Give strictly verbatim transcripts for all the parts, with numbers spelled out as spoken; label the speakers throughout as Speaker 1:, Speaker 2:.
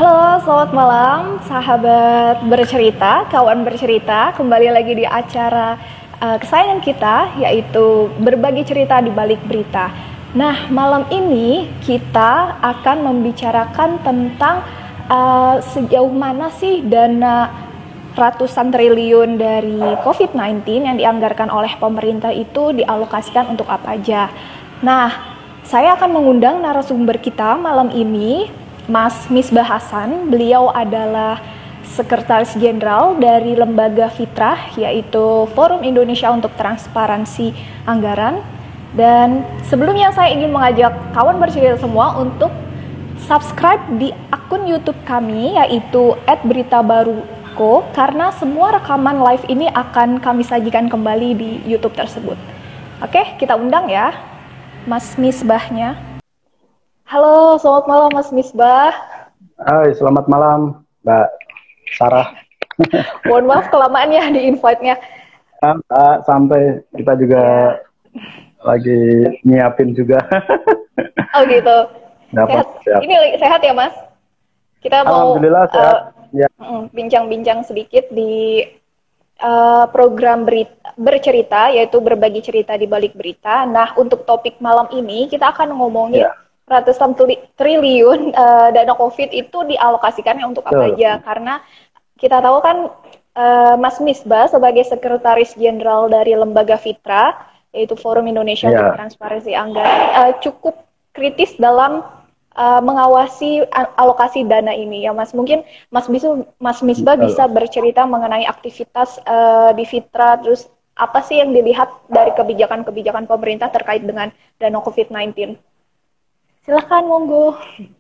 Speaker 1: Halo, selamat malam, sahabat bercerita, kawan bercerita. Kembali lagi di acara uh, kesayangan kita, yaitu berbagi cerita di balik berita. Nah, malam ini kita akan membicarakan tentang uh, sejauh mana sih dana ratusan triliun dari covid sembilan belas yang dianggarkan oleh pemerintah itu dialokasikan untuk apa aja. Nah, saya akan mengundang narasumber kita malam ini, Mas Misbah Hasan. Beliau adalah Sekretaris Jenderal dari Lembaga Fitrah, yaitu Forum Indonesia untuk Transparansi Anggaran. Dan sebelumnya saya ingin mengajak kawan bercerita semua untuk subscribe di akun YouTube kami, yaitu et berita baru ko, karena semua rekaman live ini akan kami sajikan kembali di YouTube tersebut. Oke, kita undang ya Mas Misbahnya. Halo, selamat malam Mas Misbah.
Speaker 2: Hai, selamat malam Mbak Sarah.
Speaker 1: Mohon maaf kelamaan ya di invite-nya.
Speaker 2: Mbak, sampai kita juga ya. Lagi nyiapin juga.
Speaker 1: Oh gitu.
Speaker 2: Dapat,
Speaker 1: sehat.
Speaker 2: Siap.
Speaker 1: Ini sehat ya Mas? Kita mau
Speaker 2: Alhamdulillah sehat.
Speaker 1: Uh, ya. bincang-bincang sedikit di uh, program berita, bercerita, yaitu berbagi cerita di balik berita. Nah, untuk topik malam ini kita akan ngomongin ya. Ratusan triliun uh, dana COVID itu dialokasikannya untuk apa Betul. aja? Karena kita tahu kan uh, Mas Misbah sebagai Sekretaris Jenderal dari Lembaga Fitrah, yaitu Forum Indonesia yeah. untuk Transparansi Anggaran, uh, cukup kritis dalam uh, mengawasi alokasi dana ini ya Mas. Mungkin Mas Bisu, Mas Misbah Betul. bisa bercerita mengenai aktivitas uh, di Fitrah, terus apa sih yang dilihat dari kebijakan-kebijakan pemerintah terkait dengan dana COVID sembilan belas? Silakan, monggo.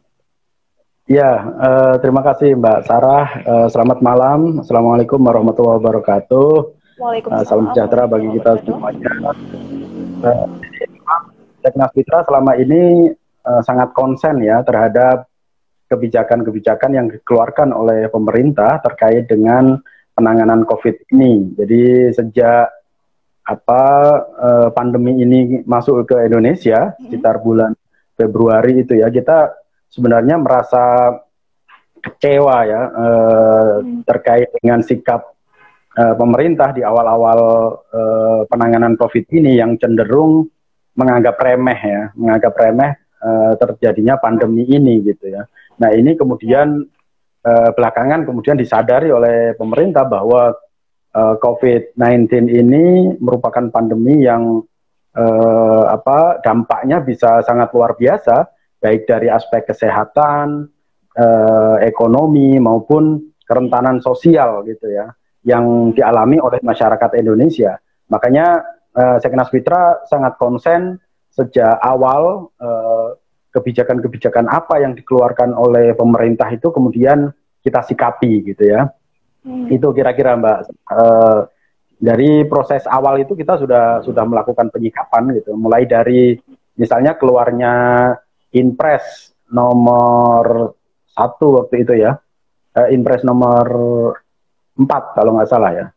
Speaker 2: Ya, uh, terima kasih Mbak Sarah. Uh, selamat malam. Assalamualaikum warahmatullahi wabarakatuh.
Speaker 1: Waalaikumsalam.
Speaker 2: Uh, salam sejahtera bagi kita semuanya. Uh, Seknas Fitrah selama ini uh, sangat konsen ya terhadap kebijakan-kebijakan yang dikeluarkan oleh pemerintah terkait dengan penanganan COVID ini. Jadi sejak apa uh, pandemi ini masuk ke Indonesia mm-hmm. sekitar bulan Februari itu ya, kita sebenarnya merasa kecewa ya eh, terkait dengan sikap eh, pemerintah di awal-awal eh, penanganan COVID ini yang cenderung menganggap remeh ya, menganggap remeh eh, terjadinya pandemi ini gitu ya. Nah ini kemudian eh, belakangan kemudian disadari oleh pemerintah bahwa eh, COVID sembilan belas ini merupakan pandemi yang Eh, apa dampaknya bisa sangat luar biasa, baik dari aspek kesehatan, eh, ekonomi maupun kerentanan sosial gitu ya, yang dialami oleh masyarakat Indonesia. Makanya eh, Seknas Fitrah sangat konsen sejak awal eh, kebijakan-kebijakan apa yang dikeluarkan oleh pemerintah itu kemudian kita sikapi gitu ya. Hmm. Itu kira-kira Mbak. Eh, Dari proses awal itu kita sudah sudah melakukan penyikapan gitu, mulai dari misalnya keluarnya Inpres nomor satu waktu itu ya, uh, Inpres nomor empat kalau nggak salah ya,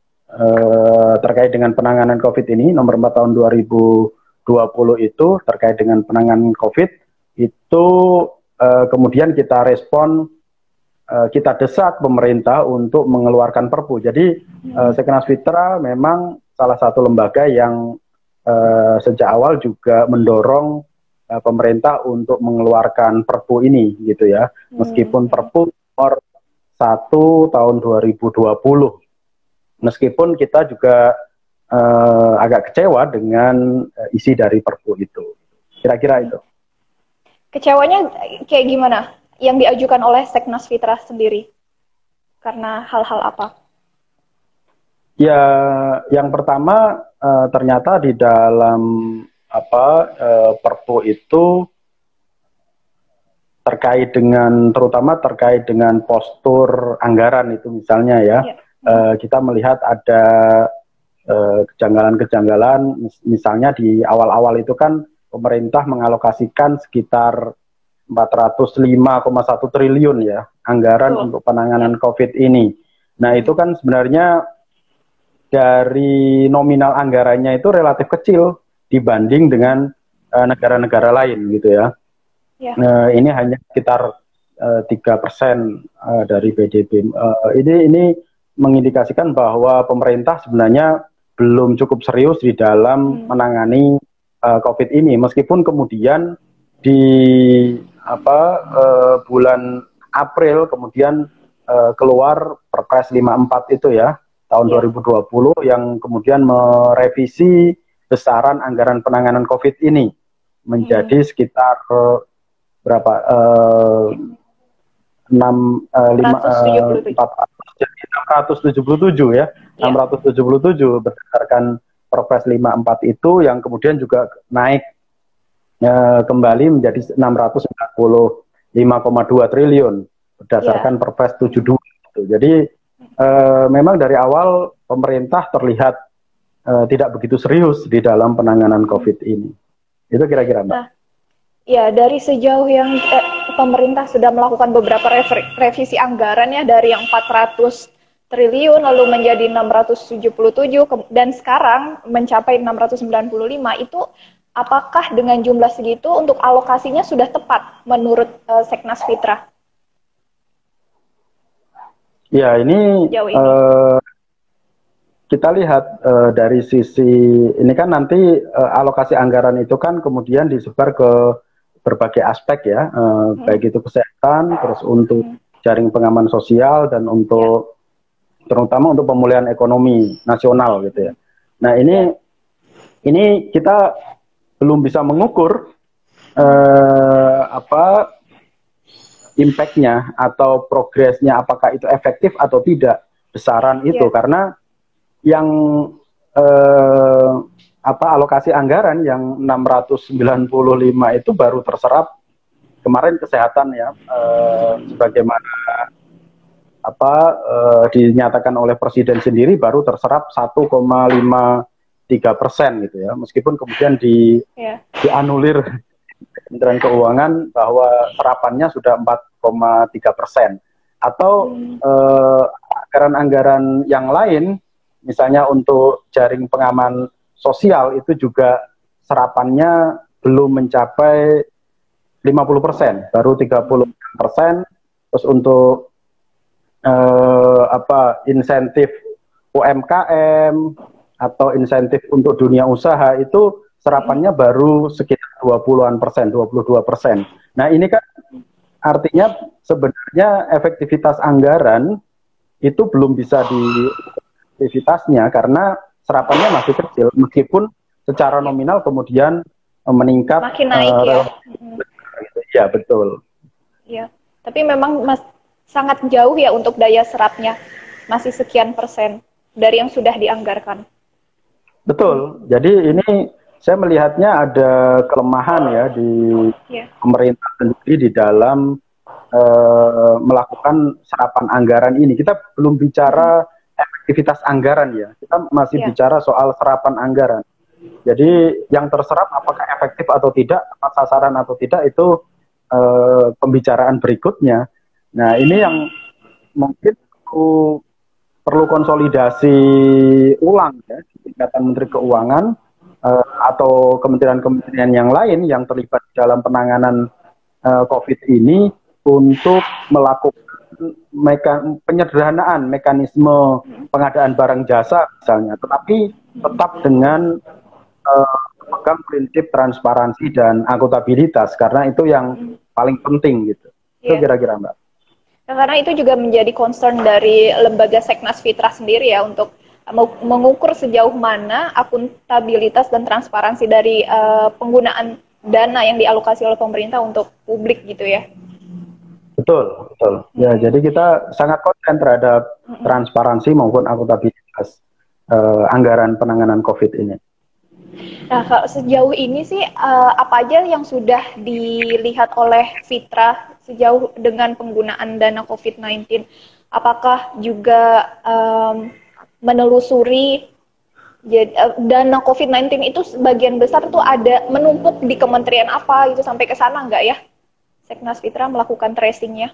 Speaker 2: uh, terkait dengan penanganan COVID ini, nomor empat tahun dua ribu dua puluh itu terkait dengan penanganan COVID itu uh, kemudian kita respon. Kita desak pemerintah untuk mengeluarkan Perpu. Jadi hmm. uh, Seknas Fitrah memang salah satu lembaga yang uh, sejak awal juga mendorong uh, pemerintah untuk mengeluarkan Perpu ini gitu ya. Hmm. Meskipun Perpu nomor satu tahun dua ribu dua puluh. Meskipun kita juga uh, agak kecewa dengan uh, isi dari Perpu itu. Kira-kira itu.
Speaker 1: Kecewanya kayak gimana? Yang diajukan oleh Seknas Fitrah sendiri, karena hal-hal apa?
Speaker 2: Ya, yang pertama uh, ternyata di dalam apa uh, Perpu itu terkait dengan, terutama terkait dengan postur anggaran itu misalnya ya, ya. Uh, kita melihat ada uh, kejanggalan-kejanggalan, misalnya di awal-awal itu kan pemerintah mengalokasikan sekitar empat ratus lima koma satu triliun ya anggaran oh. untuk penanganan COVID ini. Nah itu kan sebenarnya dari nominal anggarannya itu relatif kecil dibanding dengan negara-negara uh, lain gitu ya. Yeah. Nah, ini hanya sekitar tiga persen uh, dari P D B. Uh, ini ini mengindikasikan bahwa pemerintah sebenarnya belum cukup serius di dalam hmm. menangani uh, COVID ini, meskipun kemudian di apa uh, bulan April kemudian uh, keluar Perpres lima puluh empat itu ya tahun yeah. dua ribu dua puluh yang kemudian merevisi besaran anggaran penanganan COVID ini menjadi hmm. sekitar uh, berapa uh, enam lima empat jadi enam ratus tujuh puluh tujuh ya, ya enam ratus tujuh puluh tujuh berdasarkan Perpres lima puluh empat itu, yang kemudian juga naik eh, kembali menjadi enam ratus sembilan puluh lima koma dua triliun berdasarkan ya. Perpres tujuh puluh dua gitu. Jadi eh, memang dari awal pemerintah terlihat eh, tidak begitu serius di dalam penanganan COVID ini. Itu kira-kira Mbak.
Speaker 1: Nah, ya, dari sejauh yang eh, pemerintah sudah melakukan beberapa revisi anggaran ya, dari yang empat ratus triliun lalu menjadi enam ratus tujuh puluh tujuh dan sekarang mencapai enam ratus sembilan puluh lima, itu apakah dengan jumlah segitu untuk alokasinya sudah tepat menurut uh, Seknas Fitra?
Speaker 2: Ya, ini, ini. Uh, kita lihat uh, dari sisi ini kan nanti uh, alokasi anggaran itu kan kemudian disebar ke berbagai aspek ya, eh, hmm. baik itu kesehatan, terus untuk jaring pengaman sosial, dan untuk ya. terutama untuk pemulihan ekonomi nasional gitu ya. Nah ini ini kita belum bisa mengukur eh, apa impact-nya atau progresnya, apakah itu efektif atau tidak besaran itu, ya. Karena yang eh, apa alokasi anggaran yang enam ratus sembilan puluh lima itu baru terserap kemarin kesehatan ya, eh, sebagaimana apa eh, dinyatakan oleh Presiden sendiri baru terserap satu koma lima tiga persen gitu ya, meskipun kemudian di yeah. dianulir Kementerian Keuangan bahwa serapannya sudah empat koma tiga persen, atau hmm. eh, anggaran-anggaran yang lain misalnya untuk jaring pengaman sosial itu juga serapannya belum mencapai lima puluh persen, baru tiga puluh persen. Terus untuk eh, apa insentif U M K M atau insentif untuk dunia usaha itu serapannya baru sekitar dua puluhan persen, dua puluh dua persen. Nah ini kan artinya sebenarnya efektivitas anggaran itu belum bisa di efektivitasnya karena serapannya masih kecil, meskipun secara nominal kemudian meningkat.
Speaker 1: Makin naik uh, ya.
Speaker 2: Ya betul.
Speaker 1: Ya, tapi memang mas, sangat jauh ya untuk daya serapnya, masih sekian persen dari yang sudah dianggarkan.
Speaker 2: Betul. Jadi ini saya melihatnya ada kelemahan ya di ya. pemerintah sendiri di dalam uh, melakukan serapan anggaran ini. Kita belum bicara hmm. efektivitas anggaran ya, kita masih yeah. bicara soal serapan anggaran. Jadi yang terserap apakah efektif atau tidak, tepat sasaran atau tidak, itu uh, pembicaraan berikutnya. Nah ini yang mungkin perlu, perlu konsolidasi ulang ya, di tingkatan Menteri Keuangan uh, atau kementerian-kementerian yang lain yang terlibat dalam penanganan uh, COVID ini untuk melakukan Mekan, penyederhanaan mekanisme pengadaan barang jasa misalnya, tetapi tetap dengan uh, pegang prinsip transparansi dan akuntabilitas, karena itu yang paling penting gitu. Yeah. Itu kira-kira Mbak.
Speaker 1: Nah, karena itu juga menjadi concern dari lembaga Seknas Fitra sendiri ya, untuk mengukur sejauh mana akuntabilitas dan transparansi dari uh, penggunaan dana yang dialokasi oleh pemerintah untuk publik gitu ya.
Speaker 2: Betul, betul. Ya, jadi kita sangat konsen terhadap transparansi maupun akuntabilitas uh, anggaran penanganan COVID ini.
Speaker 1: Nah, kalau sejauh ini sih uh, apa aja yang sudah dilihat oleh Fitra sejauh dengan penggunaan dana COVID sembilan belas? Apakah juga um, menelusuri jadi, uh, dana COVID sembilan belas itu sebagian besar tuh ada menumpuk di kementerian apa itu, sampai ke sana nggak ya? Seknas Fitra melakukan tracingnya?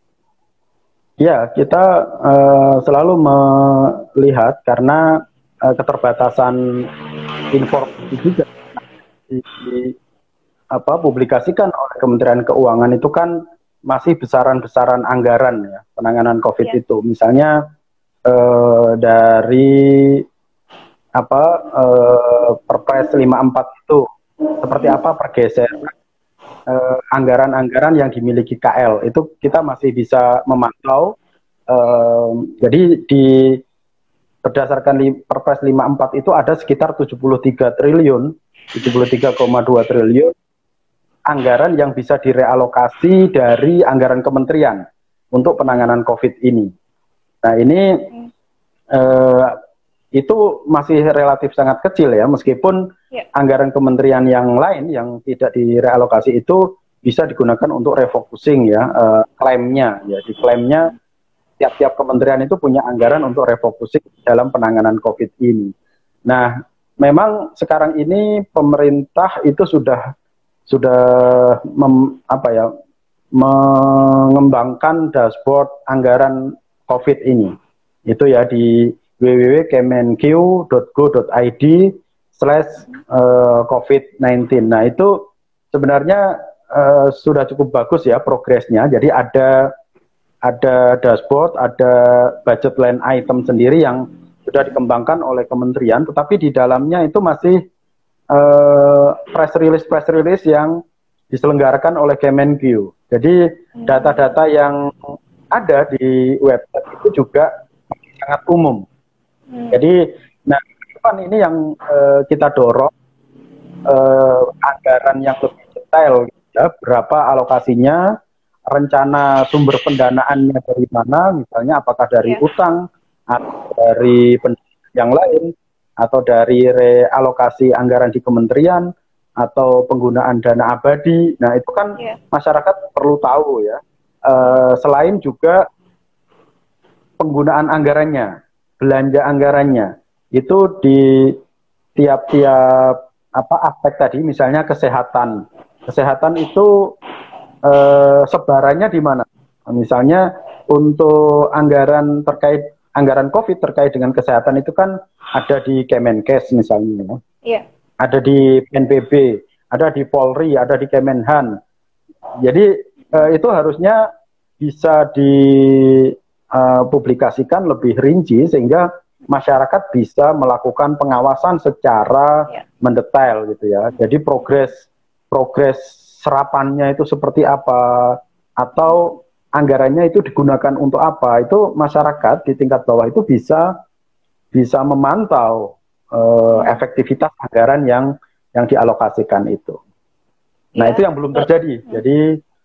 Speaker 2: Ya, kita uh, selalu melihat karena uh, keterbatasan informasi juga di, di apa publikasikan oleh Kementerian Keuangan itu kan masih besaran-besaran anggaran ya penanganan COVID
Speaker 1: Yeah.
Speaker 2: itu. Misalnya eh, dari apa eh, Perpres lima puluh empat itu seperti apa pergeseran eh, anggaran-anggaran yang dimiliki K L itu kita masih bisa memantau. Eh, jadi di berdasarkan li, Perpres lima puluh empat itu ada sekitar tujuh puluh tiga triliun, tujuh puluh tiga koma dua triliun anggaran yang bisa direalokasi dari anggaran kementerian untuk penanganan COVID ini. Nah ini eh, itu masih relatif sangat kecil ya, meskipun
Speaker 1: Yeah.
Speaker 2: anggaran kementerian yang lain yang tidak direalokasi itu bisa digunakan untuk refocusing ya, eh, klaimnya ya, di klaimnya tiap-tiap kementerian itu punya anggaran untuk refocusing dalam penanganan COVID ini. Nah, memang sekarang ini pemerintah itu sudah sudah mem, apa ya, mengembangkan dashboard anggaran COVID ini. Itu ya di w w w titik kemenq titik go titik i d slash covid sembilan belas. Nah, itu sebenarnya uh, sudah cukup bagus ya progresnya. Jadi ada ada dashboard, ada budget line item sendiri yang sudah dikembangkan oleh kementerian, tetapi di dalamnya itu masih uh, press release press release yang diselenggarakan oleh Kemenq. Jadi data-data yang ada di website itu juga sangat umum. Hmm. Jadi, nah, depan ini yang uh, kita dorong uh, anggaran yang lebih detail, ya, berapa alokasinya, rencana sumber pendanaannya dari mana, misalnya apakah dari yeah. utang, atau dari pendanaan yang lain, atau dari realokasi anggaran di kementerian, atau penggunaan dana abadi. Nah, itu kan yeah. masyarakat perlu tahu ya. Uh, selain juga penggunaan anggarannya, belanja anggarannya, itu di tiap-tiap apa aspek tadi, misalnya kesehatan. Kesehatan itu eh, sebarannya di mana? Misalnya untuk anggaran terkait anggaran COVID terkait dengan kesehatan itu kan ada di Kemenkes misalnya, yeah. ada di P N B B, ada di Polri, ada di Kemenhan. Jadi eh, itu harusnya bisa dipublikasikan uh, lebih rinci sehingga masyarakat bisa melakukan pengawasan secara yeah. mendetail gitu ya. Jadi progres progres serapannya itu seperti apa, atau anggarannya itu digunakan untuk apa, itu masyarakat di tingkat bawah itu bisa bisa memantau uh, efektivitas anggaran yang yang dialokasikan itu. Nah, yeah. itu yang belum terjadi. Jadi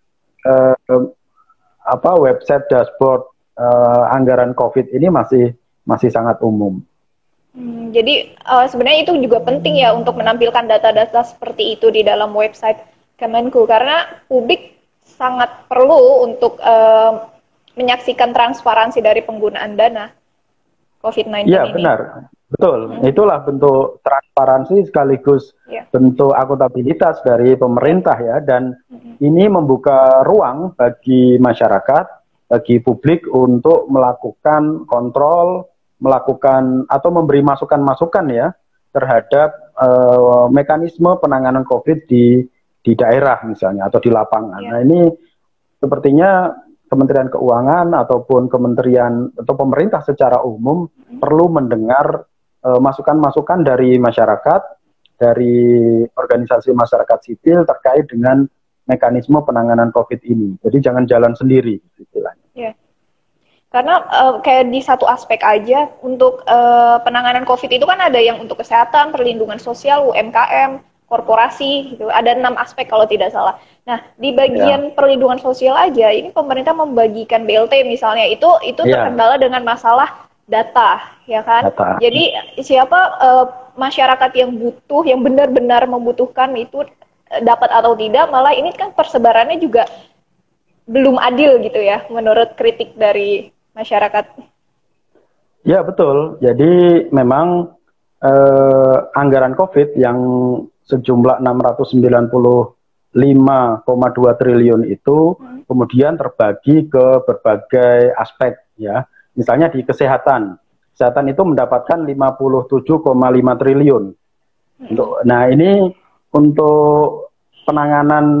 Speaker 2: uh, apa website dashboard uh, anggaran COVID ini masih masih sangat umum.
Speaker 1: Hmm, jadi uh, sebenarnya itu juga penting ya untuk menampilkan data-data seperti itu di dalam website Kemenku, karena publik sangat perlu untuk uh, menyaksikan transparansi dari penggunaan dana COVID sembilan belas
Speaker 2: ya,
Speaker 1: ini. Iya
Speaker 2: benar, betul. Hmm. Itulah bentuk transparansi sekaligus ya. bentuk akuntabilitas dari pemerintah ya, dan hmm. ini membuka ruang bagi masyarakat, bagi publik untuk melakukan kontrol, melakukan atau memberi masukan-masukan ya terhadap uh, mekanisme penanganan COVID di di daerah misalnya atau di lapangan. Ya. Nah, ini sepertinya Kementerian Keuangan ataupun kementerian atau pemerintah secara umum hmm. perlu mendengar masukan-masukan uh, dari masyarakat, dari organisasi masyarakat sipil terkait dengan mekanisme penanganan COVID ini. Jadi jangan jalan sendiri, istilahnya.
Speaker 1: Yeah. Karena uh, kayak di satu aspek aja untuk uh, penanganan COVID itu kan ada yang untuk kesehatan, perlindungan sosial, U M K M, korporasi, gitu. Ada enam aspek kalau tidak salah. Nah, di bagian yeah. perlindungan sosial aja, ini pemerintah membagikan B L T misalnya, itu itu yeah. terkendala dengan masalah data, ya kan? Data. Jadi siapa uh, masyarakat yang butuh, yang benar-benar membutuhkan itu uh, dapat atau tidak, malah ini kan persebarannya juga belum adil gitu ya, menurut kritik dari masyarakat.
Speaker 2: Ya, betul. Jadi memang uh, anggaran COVID yang sejumlah enam ratus sembilan puluh lima koma dua triliun itu hmm. kemudian terbagi ke berbagai aspek ya. Misalnya di kesehatan, kesehatan itu mendapatkan lima puluh tujuh koma lima triliun. Hmm. Untuk, nah ini untuk penanganan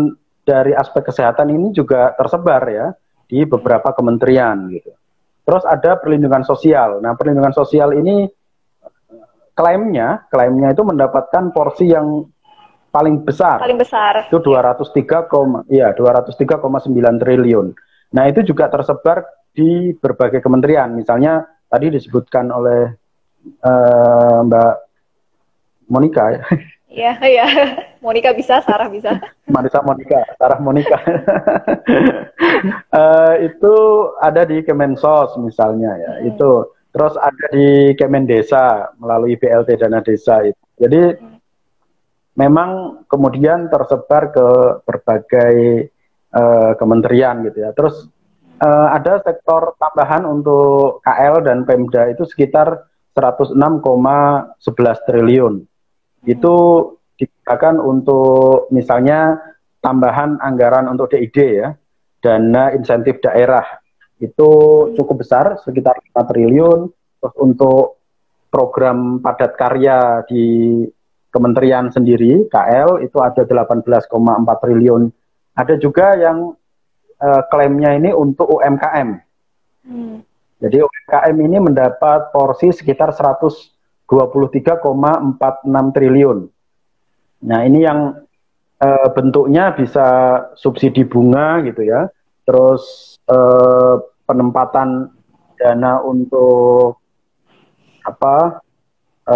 Speaker 2: dari aspek kesehatan ini juga tersebar ya di beberapa kementerian gitu. Terus ada perlindungan sosial. Nah, perlindungan sosial ini klaimnya, klaimnya itu mendapatkan porsi yang paling besar.
Speaker 1: Paling besar.
Speaker 2: Itu dua ratus tiga, iya dua ratus tiga koma sembilan triliun. Nah, itu juga tersebar di berbagai kementerian. Misalnya tadi disebutkan oleh uh, Mbak Monica ya.
Speaker 1: Iya, iya. Monica bisa, Sarah bisa.
Speaker 2: Marisa Monica, Sarah Monica. uh, itu ada di Kemensos misalnya ya. Hmm. Itu terus ada di Kemendesa melalui B L T Dana Desa itu. Jadi hmm. memang kemudian tersebar ke berbagai uh, kementerian gitu ya. Terus uh, ada sektor tambahan untuk K L dan Pemda itu sekitar seratus enam koma sebelas triliun. Itu digunakan untuk misalnya tambahan anggaran untuk D I D ya, dana insentif daerah itu cukup besar sekitar lima triliun. Terus untuk program padat karya di kementerian sendiri K L itu ada delapan belas koma empat triliun. Ada juga yang uh, klaimnya ini untuk U M K M. Hmm. Jadi U M K M ini mendapat porsi sekitar seratus dua puluh tiga koma empat enam triliun. Nah, ini yang e, bentuknya bisa subsidi bunga gitu ya. Terus e, penempatan dana untuk apa? E,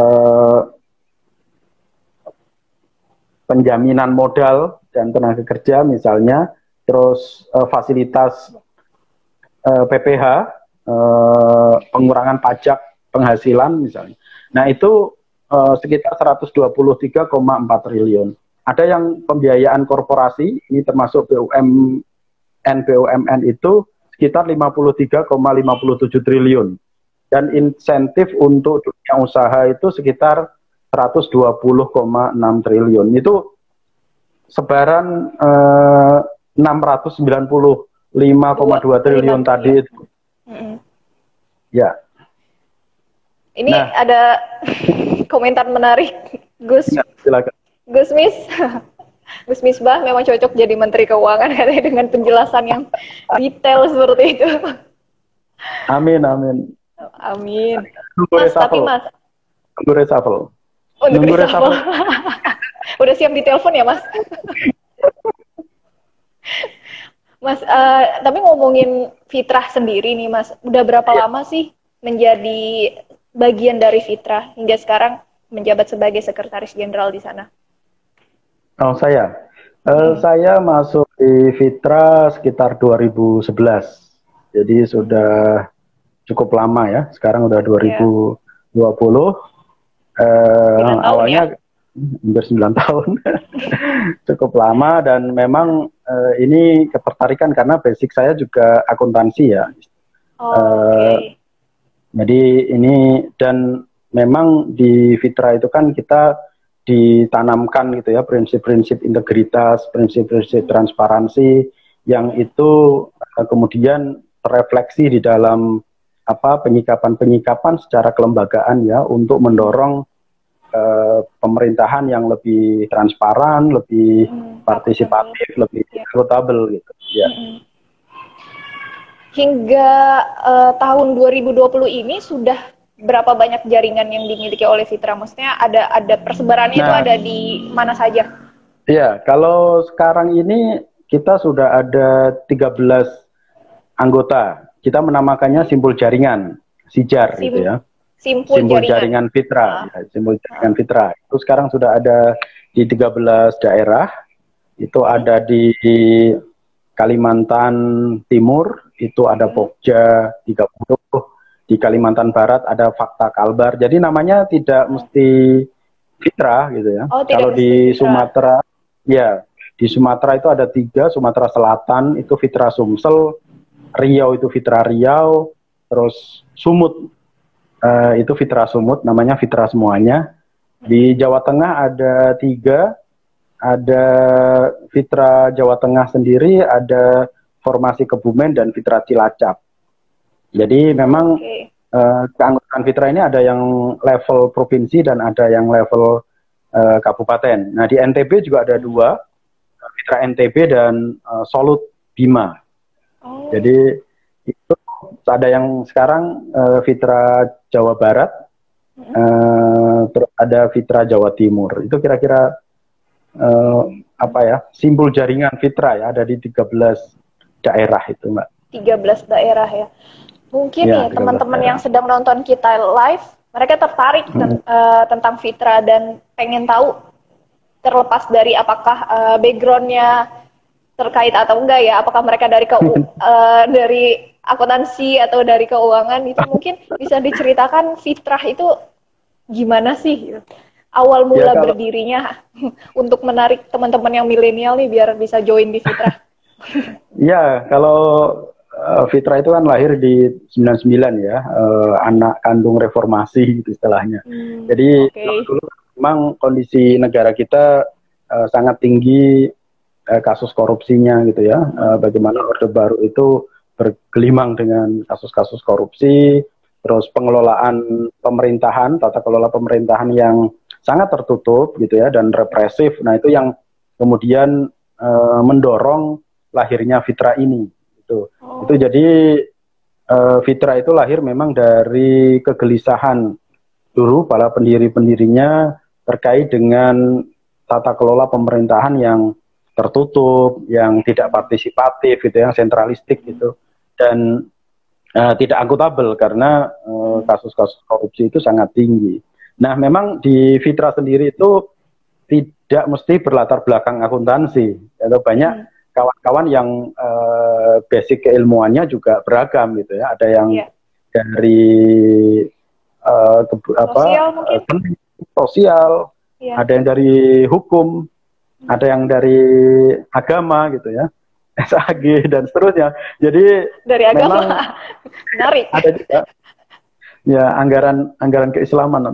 Speaker 2: penjaminan modal dan tenaga kerja misalnya, terus e, fasilitas e, P P H, e, pengurangan pajak penghasilan misalnya. Nah, itu uh, sekitar seratus dua puluh tiga koma empat triliun. Ada yang pembiayaan korporasi, ini termasuk B U M N B U M N itu sekitar lima puluh tiga koma lima tujuh triliun. Dan insentif untuk dunia usaha itu sekitar seratus dua puluh koma enam triliun. Itu sebaran uh, enam ratus sembilan puluh lima koma dua triliun tadi itu. Mm-hmm. Ya.
Speaker 1: Ini nah, ada komentar menarik, Gus.
Speaker 2: Ya, silakan.
Speaker 1: Gus Mis, Gus Misbah memang cocok jadi Menteri Keuangan katanya dengan penjelasan yang detail seperti itu.
Speaker 2: Amin, amin.
Speaker 1: Amin.
Speaker 2: Nunggu
Speaker 1: Mas,
Speaker 2: reshuffle.
Speaker 1: tapi Mas.
Speaker 2: Nunggu reshuffle.
Speaker 1: Oh, nunggu reshuffle. Udah siap ditelepon ya, Mas? Mas, uh, tapi ngomongin Fitrah sendiri nih, Mas. Udah berapa ya. lama sih menjadi bagian dari Fitrah hingga sekarang menjabat sebagai sekretaris jenderal di sana?
Speaker 2: Oh, saya. Uh, hmm. Saya masuk di Fitrah sekitar dua ribu sebelas. Jadi sudah cukup lama ya. Sekarang udah dua ribu dua puluh. Yeah. Uh, awalnya ya? Hampir sembilan tahun. Cukup lama dan memang uh, ini ketertarikan karena basic saya juga akuntansi ya.
Speaker 1: Oh, uh, okay.
Speaker 2: Jadi ini dan memang di Fitrah itu kan kita ditanamkan gitu ya prinsip-prinsip integritas, prinsip-prinsip transparansi yang itu uh, kemudian terrefleksi di dalam apa penyikapan-penyikapan secara kelembagaan ya untuk mendorong uh, pemerintahan yang lebih transparan, lebih hmm, partisipatif, betul. lebih akuntabel gitu ya. Hmm.
Speaker 1: Hingga uh, tahun dua ribu dua puluh ini sudah berapa banyak jaringan yang dimiliki oleh Fitrah? Maksudnya ada ada persebarannya nah, itu ada di mana saja?
Speaker 2: Iya, kalau sekarang ini kita sudah ada tiga belas anggota. Kita menamakannya simpul jaringan, sijar Sim, gitu ya.
Speaker 1: Simpul,
Speaker 2: simpul
Speaker 1: jaringan,
Speaker 2: jaringan Fitrah, ah. ya, simpul jaringan ah. Fitrah. Itu sekarang sudah ada di tiga belas daerah. Itu hmm. ada di Kalimantan Timur, itu ada Pokja tiga puluh, di Kalimantan Barat ada Fakta Kalbar. Jadi namanya tidak mesti Fitrah gitu ya.
Speaker 1: Oh,
Speaker 2: kalau di Fitrah. Sumatera, ya di Sumatera itu ada tiga, Sumatera Selatan itu Fitrah Sumsel, Riau itu Fitrah Riau, terus Sumut uh, itu Fitrah Sumut, namanya Fitrah semuanya. Di Jawa Tengah ada tiga, ada Fitrah Jawa Tengah sendiri, ada Formasi Kebumen dan Fitrah Cilacap. Jadi memang okay. uh, keanggotaan Fitrah ini ada yang level provinsi dan ada yang level uh, kabupaten. Nah di N T B juga ada dua, Fitra N T B dan uh, Solut Bima. Oh. Jadi itu ada yang sekarang uh, Fitra Jawa Barat, mm-hmm. uh, terus ada Fitra Jawa Timur. Itu kira-kira uh, apa ya, simbol jaringan Fitra ya, ada di tiga belas daerah itu, Mbak.
Speaker 1: tiga belas daerah ya. Mungkin ya, nih teman-teman yang sedang nonton kita live, mereka tertarik hmm. ten, uh, tentang Fitra dan pengen tahu, terlepas dari apakah uh, backgroundnya terkait atau enggak ya, apakah mereka dari ke, uh, dari akuntansi atau dari keuangan, itu mungkin bisa diceritakan Fitrah itu gimana sih awal mula ya, kalau, berdirinya untuk menarik teman-teman yang milenial nih biar bisa join di Fitrah.
Speaker 2: Ya, kalau uh, Fitrah itu kan lahir di sembilan puluh sembilan ya, uh, anak kandung reformasi gitu istilahnya. Hmm, Jadi okay. dulu memang kondisi negara kita uh, sangat tinggi uh, kasus korupsinya gitu ya. Uh, bagaimana Orde Baru itu bergelimang dengan kasus-kasus korupsi, terus pengelolaan pemerintahan, tata kelola pemerintahan yang sangat tertutup gitu ya dan represif. Nah, itu yang kemudian uh, mendorong lahirnya Fitra ini gitu. Oh. Itu jadi uh, Fitra itu lahir memang dari kegelisahan dulu para pendiri-pendirinya terkait dengan tata kelola pemerintahan yang tertutup, yang tidak partisipatif gitu, yang sentralistik gitu, dan uh, tidak akuntabel karena kasus-kasus uh, korupsi itu sangat tinggi. Nah, memang di Fitra sendiri itu tidak mesti berlatar belakang akuntansi, atau banyak hmm. kawan-kawan yang uh, basic keilmuannya juga beragam gitu ya. Ada yang yeah. dari uh, ke, apa sosial, mungkin. sosial yeah. ada yang dari hukum, hmm. ada yang dari agama gitu ya, S A G dan seterusnya. Jadi
Speaker 1: dari agama menarik.
Speaker 2: Ada juga ya anggaran anggaran keislaman.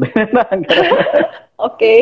Speaker 1: Oke.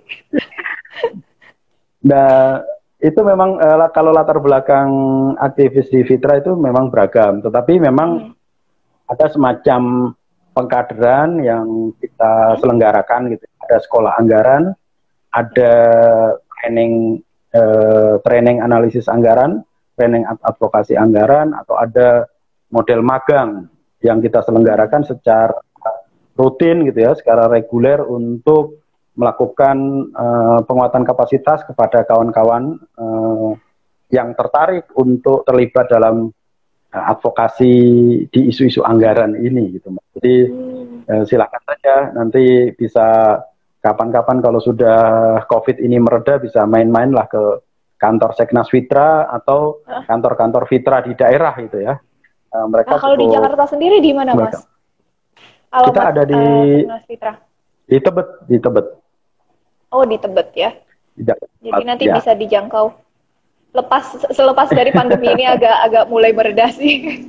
Speaker 2: Nah, itu memang uh, kalau latar belakang aktivis di Fitra itu memang beragam, tetapi memang hmm. ada semacam pengkaderan yang kita hmm. selenggarakan gitu. Ada sekolah anggaran, ada training uh, training analisis anggaran, training advokasi anggaran, atau ada model magang yang kita selenggarakan secara rutin gitu ya, secara reguler untuk melakukan uh, penguatan kapasitas kepada kawan-kawan uh, yang tertarik untuk terlibat dalam uh, advokasi di isu-isu anggaran ini gitu. Jadi uh, silakan saja nanti bisa kapan-kapan kalau sudah COVID ini mereda bisa main-main lah ke kantor Seknas Fitra atau kantor-kantor Fitra di daerah gitu ya. Uh, mereka
Speaker 1: nah, kalau cukup, di Jakarta sendiri di mana, Mas?
Speaker 2: Alamat, kita ada di
Speaker 1: uh, Fitra.
Speaker 2: Di Tebet, di Tebet.
Speaker 1: Oh, di Tebet ya.
Speaker 2: Di
Speaker 1: Jadi nanti ya. bisa dijangkau. Lepas selepas dari pandemi ini agak agak mulai mereda sih.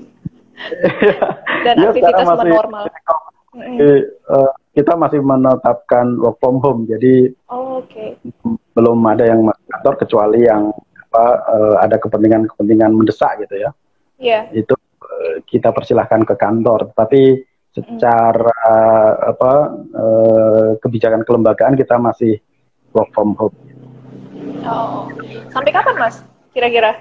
Speaker 1: Dan ya, aktivitas masih, normal.
Speaker 2: Jadi, uh, kita masih menetapkan work from home. Jadi
Speaker 1: oh, okay.
Speaker 2: belum ada yang masuk kantor kecuali yang apa uh, ada kepentingan-kepentingan mendesak gitu ya.
Speaker 1: Iya. Yeah.
Speaker 2: Itu uh, kita persilahkan ke kantor. Tapi secara uh, apa uh, kebijakan kelembagaan kita masih work from home.
Speaker 1: Oh, sampai kapan, Mas? Kira-kira?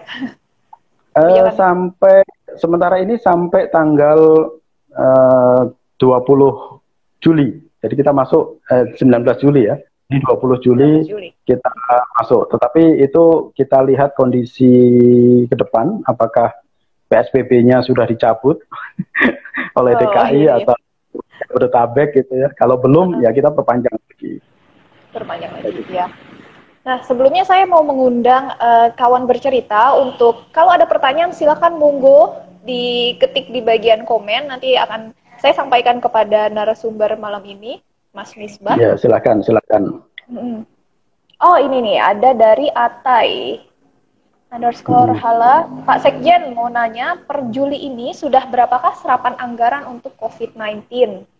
Speaker 2: uh, sampai sementara ini sampai tanggal uh, dua puluh Juli. Jadi kita masuk eh, sembilan belas Juli ya. Di dua puluh Juli kita masuk. Tetapi itu kita lihat kondisi ke depan, apakah P S B B-nya sudah dicabut oleh D K I oh, iya, atau Bodetabek gitu ya. Kalau belum, uh-huh. ya kita perpanjang lagi.
Speaker 1: Perpanjang lagi, ya. Nah, sebelumnya saya mau mengundang uh, kawan bercerita untuk, kalau ada pertanyaan silakan monggo diketik di bagian komen, nanti akan saya sampaikan kepada narasumber malam ini, Mas Misbah.
Speaker 2: Ya, silakan, silakan.
Speaker 1: Mm-hmm. Oh, ini nih, ada dari Atai. Underscore hmm. Hala, Pak Sekjen mau nanya, per Juli ini sudah berapakah serapan anggaran untuk COVID sembilan belas?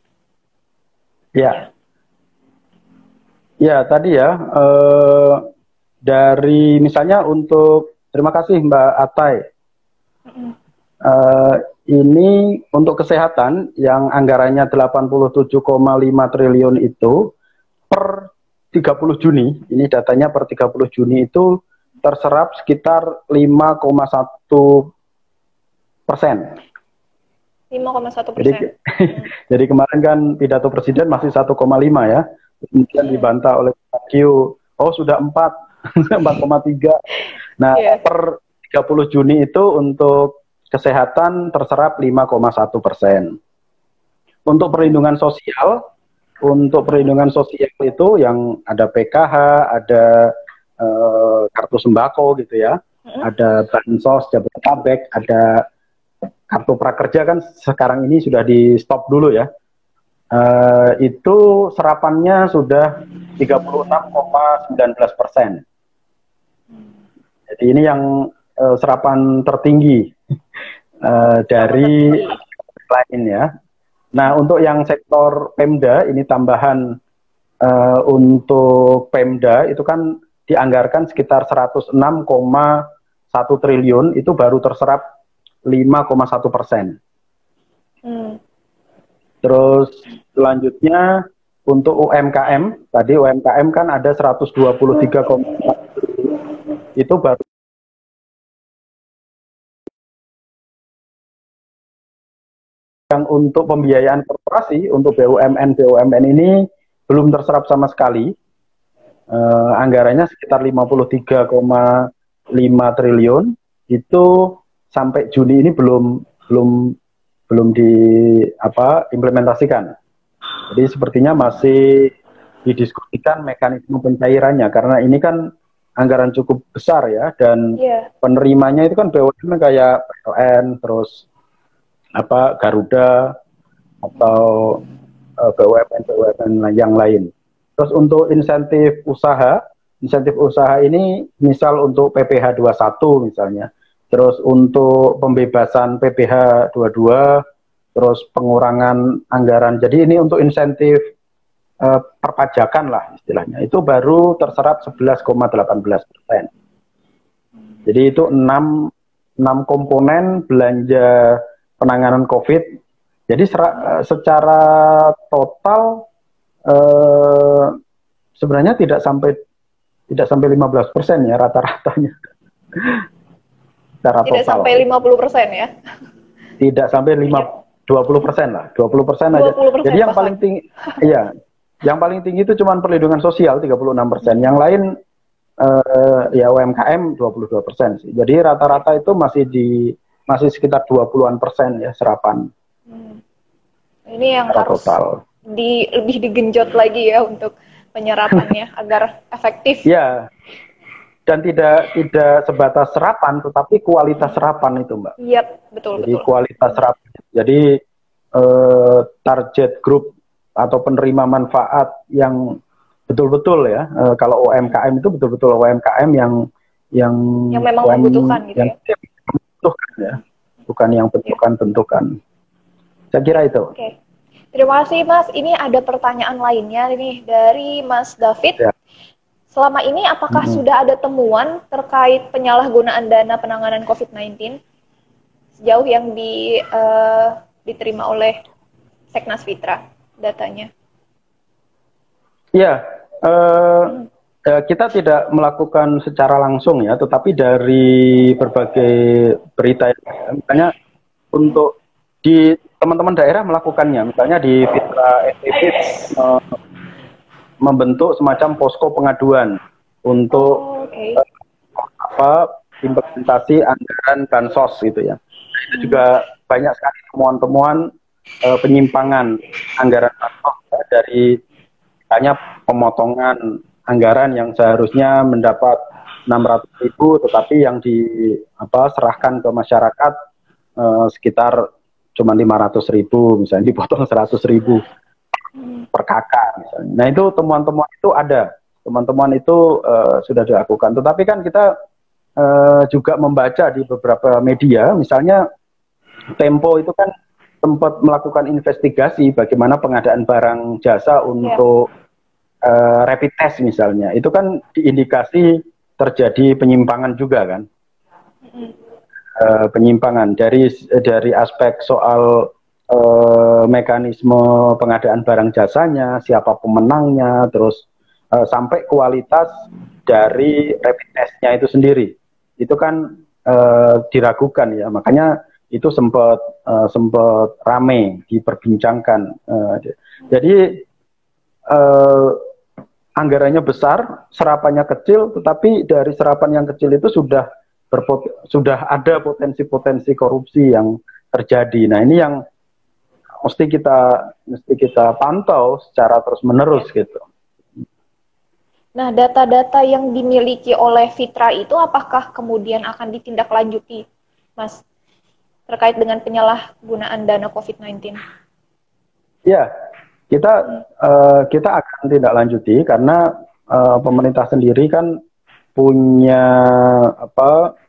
Speaker 2: Ya, ya tadi ya, eh, dari misalnya untuk, terima kasih Mbak Atai, hmm. eh, ini untuk kesehatan yang anggarannya delapan puluh tujuh koma lima triliun itu, per tiga puluh Juni, ini datanya per tiga puluh Juni itu, terserap sekitar lima koma satu persen.
Speaker 1: lima koma satu
Speaker 2: Jadi,
Speaker 1: persen.
Speaker 2: jadi kemarin kan pidato presiden masih satu koma lima ya, kemudian dibantah oleh Q, oh sudah empat, empat koma tiga. Nah, yeah. per tiga puluh Juni itu untuk kesehatan terserap lima koma satu persen. Untuk perlindungan sosial, untuk perlindungan sosial itu yang ada P K H, ada eh, kartu sembako gitu ya, mm-hmm. ada bansos, Jabodetabek, ada kartu prakerja kan sekarang ini sudah di stop dulu ya. Uh, itu serapannya sudah tiga puluh enam koma satu sembilan persen. Jadi ini yang uh, serapan tertinggi uh, dari lain ya. Nah untuk yang sektor Pemda ini tambahan uh, untuk Pemda itu kan dianggarkan sekitar seratus enam koma satu triliun, itu baru terserap lima koma satu persen. Hmm. Terus selanjutnya untuk U M K M, tadi U M K M kan ada seratus dua puluh tiga koma empat itu baru yang untuk pembiayaan korporasi, untuk B U M N B U M N ini belum terserap sama sekali. Uh, anggarannya sekitar lima puluh tiga koma lima triliun, itu sampai Juni ini belum belum belum di apa implementasikan. Jadi sepertinya masih didiskusikan mekanisme pencairannya, karena ini kan anggaran cukup besar ya, dan yeah. penerimanya itu kan B U M N kayak P L N, terus apa Garuda atau uh, B U M N B U M N yang lain. Terus untuk insentif usaha, insentif usaha ini misal untuk P P H dua puluh satu misalnya, terus untuk pembebasan P P H dua puluh dua, terus pengurangan anggaran. Jadi ini untuk insentif uh, perpajakan lah istilahnya, itu baru terserap sebelas koma delapan belas persen. Jadi itu enam komponen belanja penanganan COVID. Jadi sera, secara total eh, sebenarnya tidak sampai tidak sampai lima belas persen ya rata-ratanya. Secara
Speaker 1: tidak
Speaker 2: total.
Speaker 1: Sampai lima puluh persen ya.
Speaker 2: Tidak sampai lima dua puluh persen lah, dua puluh persen aja. Jadi yang paling tinggi iya, yang paling tinggi itu cuma perlindungan sosial tiga puluh enam persen. Yang lain eh, ya U M K M dua puluh dua persen sih. Jadi rata-rata itu masih di masih sekitar dua puluhan persen ya serapan. Hmm.
Speaker 1: Ini yang harus total. Di, lebih digenjot lagi ya untuk penyerapannya agar efektif. Ya,
Speaker 2: dan tidak tidak sebatas serapan, tetapi kualitas serapan itu, Mbak.
Speaker 1: Iya, betul.
Speaker 2: Jadi
Speaker 1: betul.
Speaker 2: kualitas serapan. Jadi eh, target grup atau penerima manfaat yang betul-betul ya. Eh, kalau U M K M itu betul-betul U M K M yang yang
Speaker 1: yang memang U M, membutuhkan gitu
Speaker 2: yang,
Speaker 1: ya.
Speaker 2: Bentukan ya, bukan yang bentukan-bentukan. Saya kira itu.
Speaker 1: Oke, okay. Terima kasih Mas. Ini ada pertanyaan lainnya nih dari Mas David. Ya. Selama ini apakah hmm. sudah ada temuan terkait penyalahgunaan dana penanganan COVID sembilan belas sejauh yang di, uh, diterima oleh Seknas Fitra datanya?
Speaker 2: Ya. Uh, hmm. Kita tidak melakukan secara langsung ya, tetapi dari berbagai berita, misalnya untuk di teman-teman daerah melakukannya, misalnya di Fitra N T B uh, membentuk semacam posko pengaduan untuk oh, okay. uh, apa implementasi anggaran bansos gitu ya. Itu hmm. juga banyak sekali temuan-temuan uh, penyimpangan anggaran bansos ya, dari misalnya pemotongan anggaran yang seharusnya mendapat enam ratus ribu, tetapi yang di apa serahkan ke masyarakat eh, sekitar cuma lima ratus ribu, misalnya dipotong seratus ribu per kakak misalnya. Nah itu temuan-temuan itu ada, teman-teman itu eh, sudah dilakukan. Tetapi kan kita eh, juga membaca di beberapa media, misalnya Tempo itu kan sempat melakukan investigasi bagaimana pengadaan barang jasa untuk yeah. Uh, rapid test misalnya, itu kan diindikasi terjadi penyimpangan juga kan, mm-hmm. uh, penyimpangan dari dari aspek soal uh, mekanisme pengadaan barang jasanya, siapa pemenangnya, terus uh, sampai kualitas dari rapid test teknisnya itu sendiri itu kan uh, diragukan ya, makanya itu sempat uh, sempat rame diperbincangkan. Uh, jadi uh, anggarannya besar, serapannya kecil, tetapi dari serapan yang kecil itu sudah berpot sudah ada potensi-potensi korupsi yang terjadi. Nah ini yang mesti kita mesti kita pantau secara terus-menerus gitu.
Speaker 1: Nah, data-data yang dimiliki oleh Fitra itu apakah kemudian akan ditindaklanjuti, Mas, terkait dengan penyalahgunaan dana COVID sembilan belas?
Speaker 2: Ya, kita uh, kita akan tidak lanjuti karena uh, pemerintah sendiri kan punya apa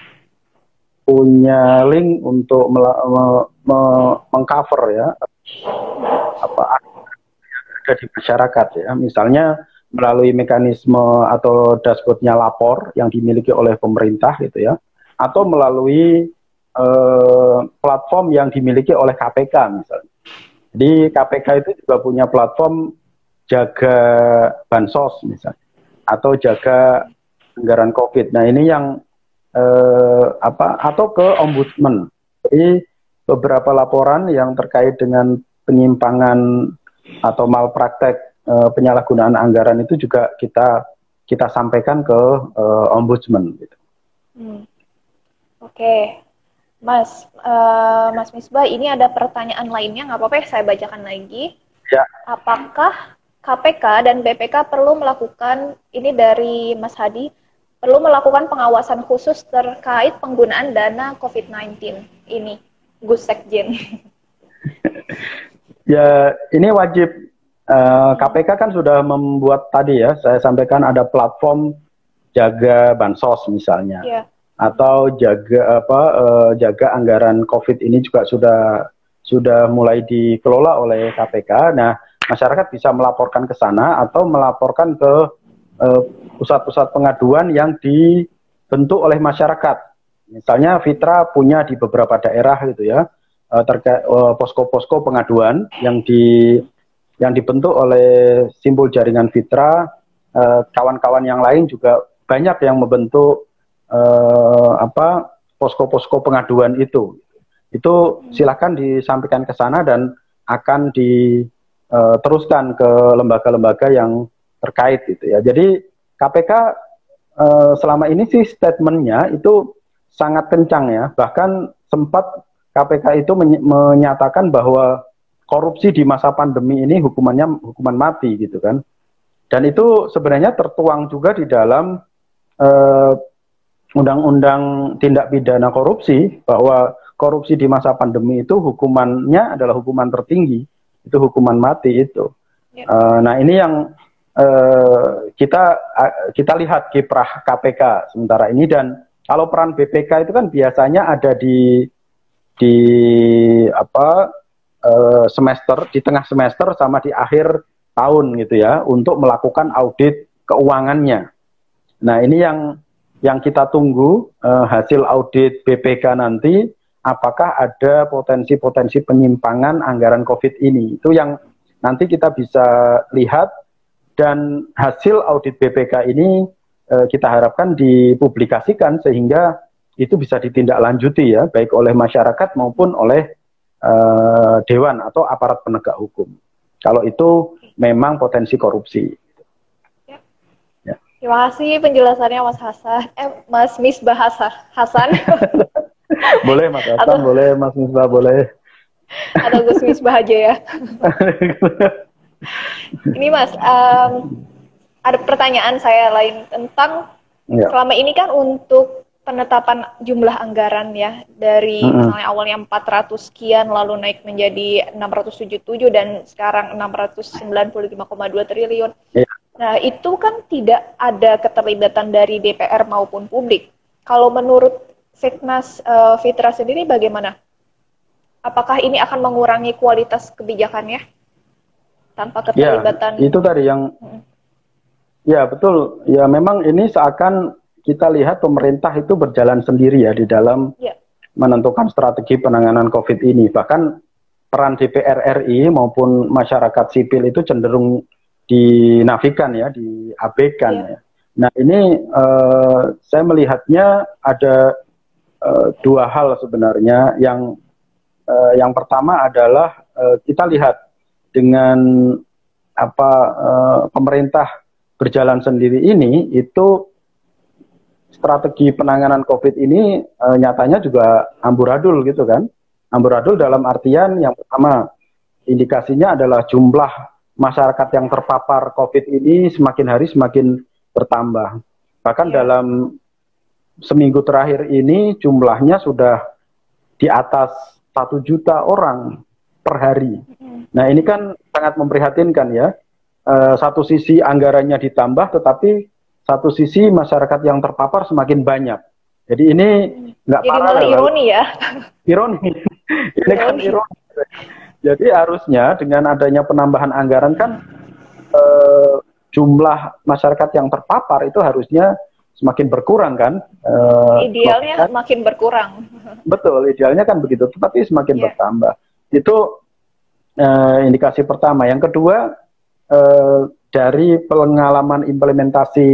Speaker 2: punya link untuk mengcover ya apa ada di masyarakat ya, misalnya melalui mekanisme atau dashboardnya lapor yang dimiliki oleh pemerintah gitu ya, atau melalui eh, platform yang dimiliki oleh K P K misalnya. Jadi K P K itu juga punya platform jaga bansos misalnya, atau jaga anggaran COVID. Nah ini yang eh, apa atau ke ombudsman. Jadi beberapa laporan yang terkait dengan penyimpangan atau malpraktek Uh, penyalahgunaan anggaran itu juga kita kita sampaikan ke uh, ombudsman. Gitu.
Speaker 1: Hmm. Oke, okay. Mas, uh, Mas Misbah, ini ada pertanyaan lainnya, nggak apa-apa ya saya bacakan lagi.
Speaker 2: Ya.
Speaker 1: Apakah K P K dan B P K perlu melakukan, ini dari Mas Hadi, perlu melakukan pengawasan khusus terkait penggunaan dana COVID sembilan belas ini, Gus Sekjen?
Speaker 2: Ya, ini wajib. Uh, K P K kan sudah membuat tadi ya, saya sampaikan ada platform jaga bansos misalnya, yeah. atau jaga apa uh, jaga anggaran COVID ini juga sudah sudah mulai dikelola oleh K P K. Nah, masyarakat bisa melaporkan ke sana atau melaporkan ke pusat-pusat uh, pengaduan yang dibentuk oleh masyarakat. Misalnya Fitra punya di beberapa daerah gitu ya, uh, terkait uh, posko-posko pengaduan yang di yang dibentuk oleh simbol jaringan Fitra, kawan-kawan eh, yang lain juga banyak yang membentuk eh, apa posko-posko pengaduan itu. Itu silakan disampaikan ke sana dan akan diteruskan ke lembaga-lembaga yang terkait gitu ya. Jadi K P K eh, selama ini sih statementnya itu sangat kencang ya. Bahkan sempat K P K itu menyatakan bahwa korupsi di masa pandemi ini hukumannya hukuman mati gitu kan, dan itu sebenarnya tertuang juga di dalam undang-undang uh, tindak pidana korupsi, bahwa korupsi di masa pandemi itu hukumannya adalah hukuman tertinggi, itu hukuman mati itu. Ya. Uh, nah ini yang uh, kita uh, kita lihat kiprah K P K sementara ini, dan kalau peran B P K itu kan biasanya ada di di apa semester, di tengah semester sama di akhir tahun gitu ya, untuk melakukan audit keuangannya. Nah ini yang yang kita tunggu uh, hasil audit B P K nanti, apakah ada potensi-potensi penyimpangan anggaran COVID ini. Itu yang nanti kita bisa lihat, dan hasil audit B P K ini uh, kita harapkan dipublikasikan sehingga itu bisa ditindaklanjuti ya, baik oleh masyarakat maupun oleh Uh, dewan atau aparat penegak hukum. Kalau itu memang potensi korupsi.
Speaker 1: Ya. Ya. Terima kasih penjelasannya Mas Hasan, eh Mas Misbah Hasan.
Speaker 2: Boleh Mas Hasan, atau, boleh Mas Misbah, boleh.
Speaker 1: Atau Gus Misbah aja ya. Ini Mas, um, ada pertanyaan saya lain tentang ya. Selama ini kan untuk penetapan jumlah anggaran ya, dari mm-hmm. misalnya awalnya empat ratus sekian lalu naik menjadi enam ratus tujuh puluh tujuh dan sekarang enam ratus sembilan puluh lima koma dua triliun. Yeah. Nah, itu kan tidak ada keterlibatan dari D P R maupun publik. Kalau menurut Seknas uh, Fitra sendiri bagaimana? Apakah ini akan mengurangi kualitas kebijakannya tanpa keterlibatan?
Speaker 2: Ya, itu tadi yang mm-hmm. ya betul. Ya memang ini seakan kita lihat pemerintah itu berjalan sendiri ya di dalam ya. menentukan strategi penanganan COVID ini. Bahkan peran D P R R I maupun masyarakat sipil itu cenderung dinafikan ya, diabaikan ya. ya. Nah ini uh, saya melihatnya ada uh, dua hal sebenarnya. Yang uh, yang pertama adalah uh, kita lihat dengan apa uh, pemerintah berjalan sendiri ini, itu strategi penanganan COVID ini uh, nyatanya juga amburadul gitu kan. Amburadul dalam artian yang pertama, indikasinya adalah jumlah masyarakat yang terpapar COVID ini semakin hari semakin bertambah. Bahkan ya. Dalam seminggu terakhir ini jumlahnya sudah di atas satu juta orang per hari. Nah ini kan sangat memprihatinkan ya. E, satu sisi anggarannya ditambah, tetapi satu sisi masyarakat yang terpapar semakin banyak. Jadi ini nggak paralel.
Speaker 1: Jadi ironi ya.
Speaker 2: Ironi. Ini kan ironi. Jadi harusnya dengan adanya penambahan anggaran kan eh, jumlah masyarakat yang terpapar itu harusnya semakin berkurang kan? Eh,
Speaker 1: idealnya kan? Makin berkurang.
Speaker 2: Betul, idealnya kan begitu, tetapi semakin yeah. bertambah. Itu eh, indikasi pertama. Yang kedua, eh, dari pengalaman implementasi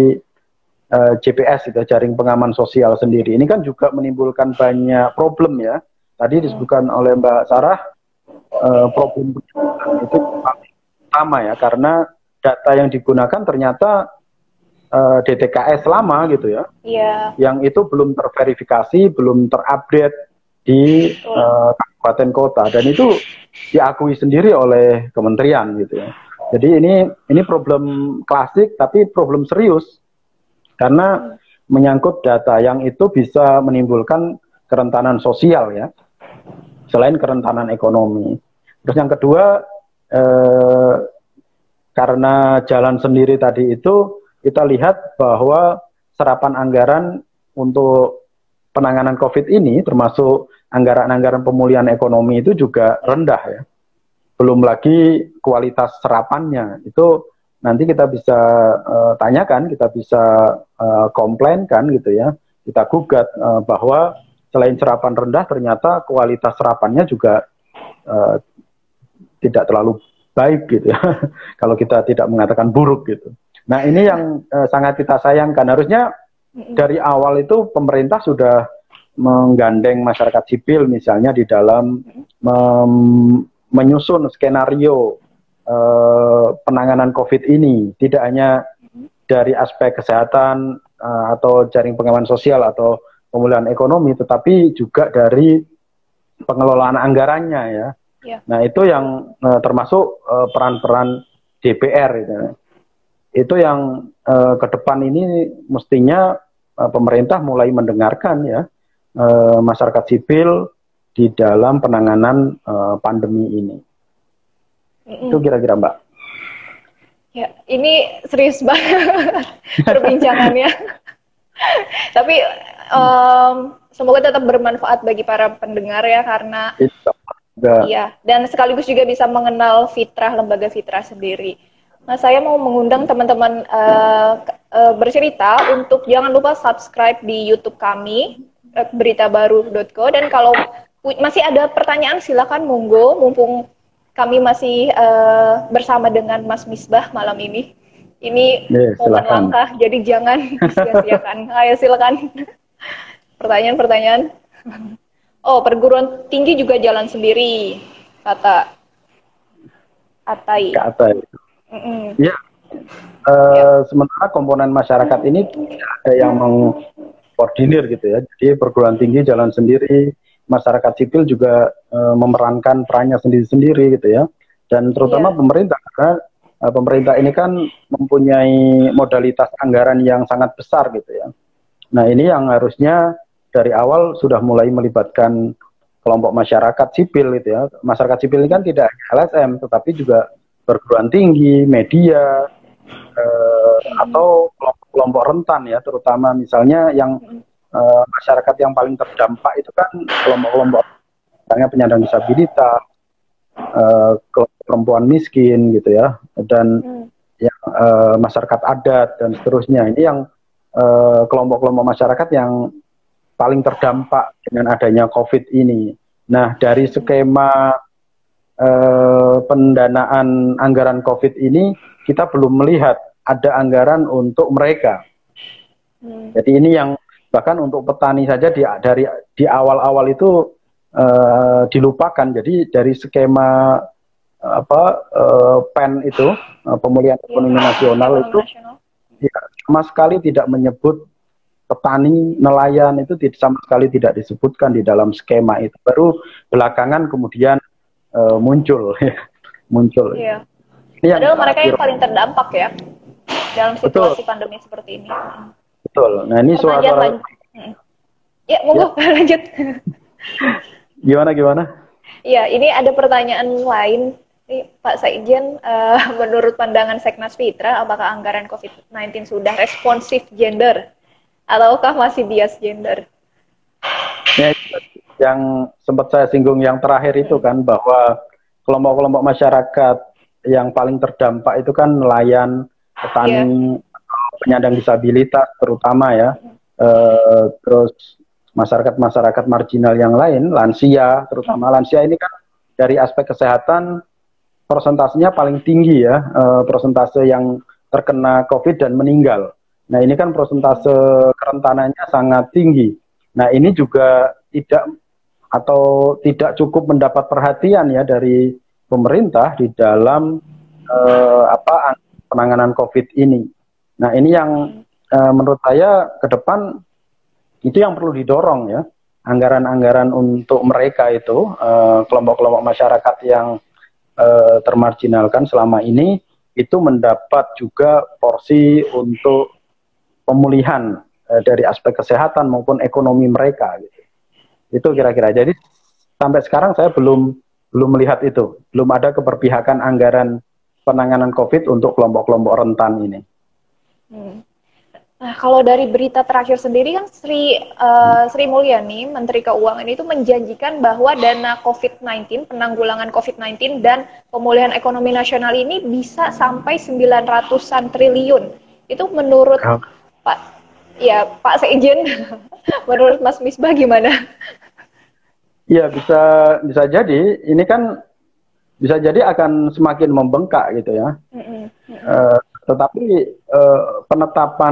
Speaker 2: eh, J P S itu, jaring pengaman sosial sendiri, ini kan juga menimbulkan banyak problem ya. Tadi disebutkan hmm. oleh Mbak Sarah, eh, problem itu utama ya, karena data yang digunakan ternyata uh, D T K S lama gitu ya, yeah. yang itu belum terverifikasi, belum terupdate di uh, kabupaten kota, dan itu diakui sendiri oleh kementerian gitu ya. Jadi ini ini problem klasik tapi problem serius karena hmm. menyangkut data yang itu bisa menimbulkan kerentanan sosial ya, selain kerentanan ekonomi. Terus yang kedua, eh, karena jalan sendiri tadi itu, kita lihat bahwa serapan anggaran untuk penanganan COVID ini, termasuk anggaran-anggaran pemulihan ekonomi itu juga rendah ya. Belum lagi kualitas serapannya, itu nanti kita bisa uh, tanyakan, kita bisa uh, komplain kan gitu ya, kita gugat uh, bahwa selain serapan rendah, ternyata kualitas serapannya juga uh, tidak terlalu baik gitu ya, kalau kita tidak mengatakan buruk gitu. Nah ini yang uh, sangat kita sayangkan. Harusnya dari awal itu pemerintah sudah menggandeng masyarakat sipil misalnya di dalam mem menyusun skenario uh, penanganan COVID ini, tidak hanya dari aspek kesehatan uh, atau jaring pengaman sosial atau pemulihan ekonomi, tetapi juga dari pengelolaan anggarannya ya. Ya. Nah itu yang uh, termasuk peran-peran uh, D P R itu, itu yang uh, ke depan ini mestinya uh, pemerintah mulai mendengarkan ya uh, masyarakat sipil di dalam penanganan uh, pandemi ini. Mm-mm. Itu kira-kira Mbak.
Speaker 1: Ya ini serius banget perbincangannya. Tapi um, semoga tetap bermanfaat bagi para pendengar ya, karena itu. Iya, dan sekaligus juga bisa mengenal Fitrah, lembaga Fitrah sendiri. Nah, saya mau mengundang teman-teman uh, uh, bercerita untuk jangan lupa subscribe di YouTube kami, uh, berita baru dot co, dan kalau masih ada pertanyaan silakan monggo, mumpung kami masih uh, bersama dengan Mas Misbah malam ini. Ini yeah, momen langka, jadi jangan sia-siakan. Ayo silakan. Pertanyaan-pertanyaan. Oh, perguruan tinggi juga jalan sendiri, kata Atai.
Speaker 2: Atai. Mm -mm. Ya. Uh, ya. Sementara komponen masyarakat ini tidak ada yang mengkoordinir gitu ya. Jadi perguruan tinggi jalan sendiri, masyarakat sipil juga uh, memerankan perannya sendiri-sendiri gitu ya. Dan terutama ya. pemerintah, karena uh, pemerintah ini kan mempunyai modalitas anggaran yang sangat besar gitu ya. Nah ini yang harusnya dari awal sudah mulai melibatkan kelompok masyarakat sipil gitu ya. Masyarakat sipil ini kan tidak hanya L S M, tetapi juga perguruan tinggi, media, eh, atau kelompok-kelompok rentan ya, terutama misalnya yang eh, masyarakat yang paling terdampak itu kan kelompok-kelompok misalnya penyandang disabilitas, eh, kelompok perempuan miskin gitu ya, dan hmm. yang eh, masyarakat adat dan seterusnya. Ini yang kelompok-kelompok eh, masyarakat yang paling terdampak dengan adanya COVID ini. Nah, dari skema eh, pendanaan anggaran COVID ini, kita belum melihat ada anggaran untuk mereka. Hmm. Jadi ini yang bahkan untuk petani saja di, dari di awal-awal itu uh, dilupakan. Jadi dari skema uh, apa uh, P E N itu uh, pemulihan ekonomi ya, nasional ekonomi itu nasional. Ya, sama sekali tidak menyebut petani, nelayan itu tidak, sama sekali tidak disebutkan di dalam skema itu. Baru belakangan kemudian uh, muncul, muncul.
Speaker 1: Iya. Ini padahal mereka yang paling terdampak ya dalam situasi
Speaker 2: betul.
Speaker 1: pandemi seperti ini.
Speaker 2: Betul. Nah ini suara-suara.
Speaker 1: Ya, monggo ya. Lanjut.
Speaker 2: Gimana gimana?
Speaker 1: Ya, ini ada pertanyaan lain. Ini, Pak Saijen, uh, menurut pandangan Seknas Fitra, apakah anggaran COVID sembilan belas sudah responsif gender, ataukah masih bias gender?
Speaker 2: Ya, yang sempat saya singgung yang terakhir itu kan, bahwa kelompok-kelompok masyarakat yang paling terdampak itu kan nelayan, petani, yeah. penyandang disabilitas terutama ya, uh, terus masyarakat-masyarakat marginal yang lain, lansia, terutama lansia ini kan dari aspek kesehatan persentasenya paling tinggi ya, e, persentase yang terkena COVID dan meninggal. Nah ini kan persentase kerentanannya sangat tinggi. Nah ini juga tidak atau tidak cukup mendapat perhatian ya dari pemerintah di dalam e, apa penanganan COVID ini. Nah ini yang e, menurut saya ke depan itu yang perlu didorong ya, anggaran-anggaran untuk mereka itu, kelompok-kelompok masyarakat yang Uh, termarginalkan selama ini itu mendapat juga porsi untuk pemulihan uh, dari aspek kesehatan maupun ekonomi mereka gitu. Itu kira-kira. Jadi sampai sekarang saya belum belum melihat itu, belum ada keberpihakan anggaran penanganan COVID untuk kelompok-kelompok rentan ini.
Speaker 1: Hmm. Nah, kalau dari berita terakhir sendiri kan Sri uh, Sri Mulyani, Menteri Keuangan itu menjanjikan bahwa dana COVID sembilan belas, penanggulangan COVID sembilan belas dan pemulihan ekonomi nasional ini bisa sampai sembilan ratusan triliun. Itu menurut oh. Pak ya Pak Saijen, menurut Mas Misbah gimana?
Speaker 2: Iya, bisa bisa jadi ini kan bisa jadi akan semakin membengkak gitu ya. Mm-hmm. Mm-hmm. Uh, tetapi uh, penetapan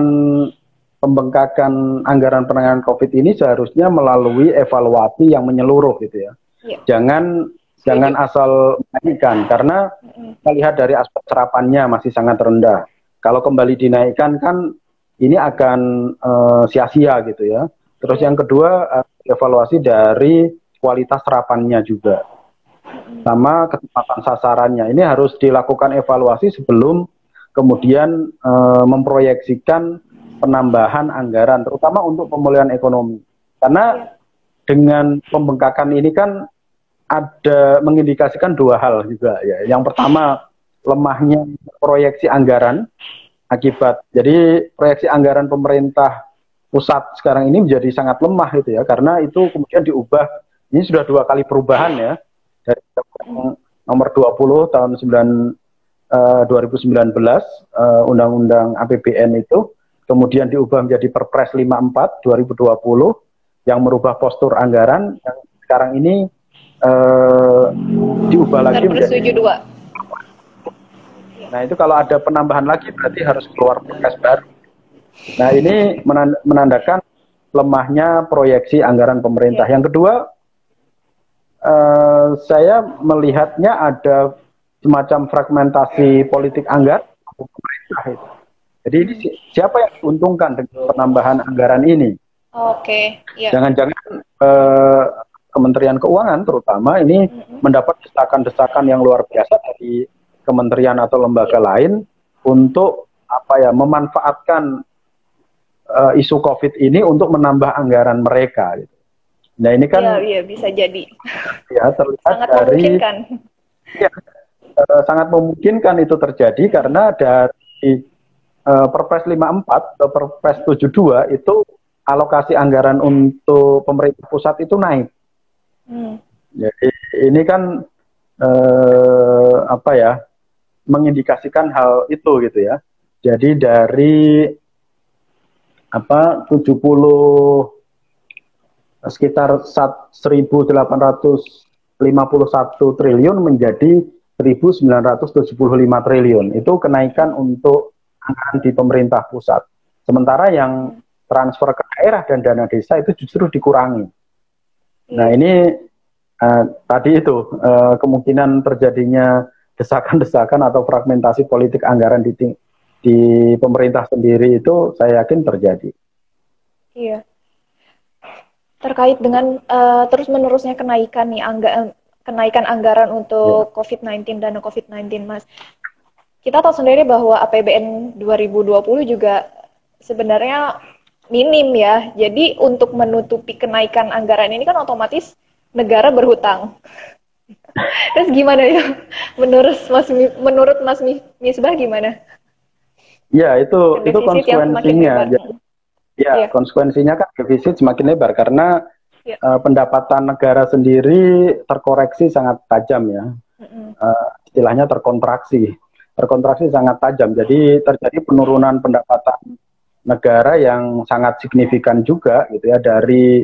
Speaker 2: pembengkakan anggaran penanganan COVID ini seharusnya melalui evaluasi yang menyeluruh gitu ya. Yeah. Jangan Jadi. jangan asal menaikkan karena mm-hmm. kita lihat dari aspek serapannya masih sangat rendah. Kalau kembali dinaikkan kan ini akan uh, sia-sia gitu ya. Terus yeah. yang kedua uh, evaluasi dari kualitas serapannya juga. Sama ketepatan sasarannya. Ini harus dilakukan evaluasi sebelum kemudian e, memproyeksikan penambahan anggaran, terutama untuk pemulihan ekonomi. Karena ya. dengan pembengkakan ini kan ada mengindikasikan dua hal juga ya. Yang pertama, lemahnya proyeksi anggaran akibat. Jadi proyeksi anggaran pemerintah pusat sekarang ini menjadi sangat lemah gitu ya, karena itu kemudian diubah. Ini sudah dua kali perubahan ya, dari nomor dua puluh tahun dua ribu sembilan belas uh, Undang-Undang A P B N itu kemudian diubah menjadi Perpres lima puluh empat dua ribu dua puluh yang merubah postur anggaran yang sekarang ini uh, diubah lagi menjadi dua. Nah itu kalau ada penambahan lagi berarti harus keluar Perpres baru. Nah ini menandakan lemahnya proyeksi anggaran pemerintah. Ya. Yang kedua, uh, saya melihatnya ada semacam fragmentasi politik anggaran pemerintah itu. Jadi ini siapa yang diuntungkan dengan penambahan anggaran ini?
Speaker 1: Oke. Okay. Yeah.
Speaker 2: Jangan-jangan eh, Kementerian Keuangan terutama ini mm-hmm. mendapat desakan-desakan yang luar biasa dari kementerian atau lembaga yeah. lain untuk apa ya memanfaatkan uh, isu COVID ini untuk menambah anggaran mereka. Gitu. Nah ini kan.
Speaker 1: Iya, yeah, yeah, bisa jadi.
Speaker 2: Ya terlihat
Speaker 1: sangat
Speaker 2: dari.
Speaker 1: Memungkinkan.
Speaker 2: Ya, sangat memungkinkan itu terjadi karena dari uh, Perpres lima puluh empat atau Perpres tujuh puluh dua itu alokasi anggaran untuk pemerintah pusat itu naik. Hmm. Jadi ini kan uh, apa ya mengindikasikan hal itu gitu ya. Jadi dari apa tujuh puluh sekitar seribu delapan ratus lima puluh satu triliun menjadi seribu sembilan ratus tujuh puluh lima triliun. Itu kenaikan untuk anggaran di pemerintah pusat. Sementara yang transfer ke daerah dan dana desa itu justru dikurangi. Nah ini uh, tadi itu uh, kemungkinan terjadinya desakan-desakan atau fragmentasi politik anggaran di, di pemerintah sendiri itu saya yakin terjadi.
Speaker 1: Iya. Terkait dengan uh, terus-menerusnya kenaikan nih angga kenaikan anggaran untuk yeah. COVID sembilan belas, dana COVID sembilan belas, Mas. Kita tahu sendiri bahwa A P B N dua ribu dua puluh juga sebenarnya minim ya. Jadi untuk menutupi kenaikan anggaran ini kan otomatis negara berhutang. Terus gimana ya? Menurut Mas menurut Mas Misbah gimana?
Speaker 2: Ya, itu itu konsekuensinya. Ya, ya, konsekuensinya kan defisit semakin lebar karena ya. uh, pendapatan negara sendiri terkoreksi sangat tajam ya. Mm-hmm. uh, istilahnya terkontraksi. Terkontraksi sangat tajam. Jadi terjadi penurunan pendapatan negara yang sangat signifikan juga gitu ya dari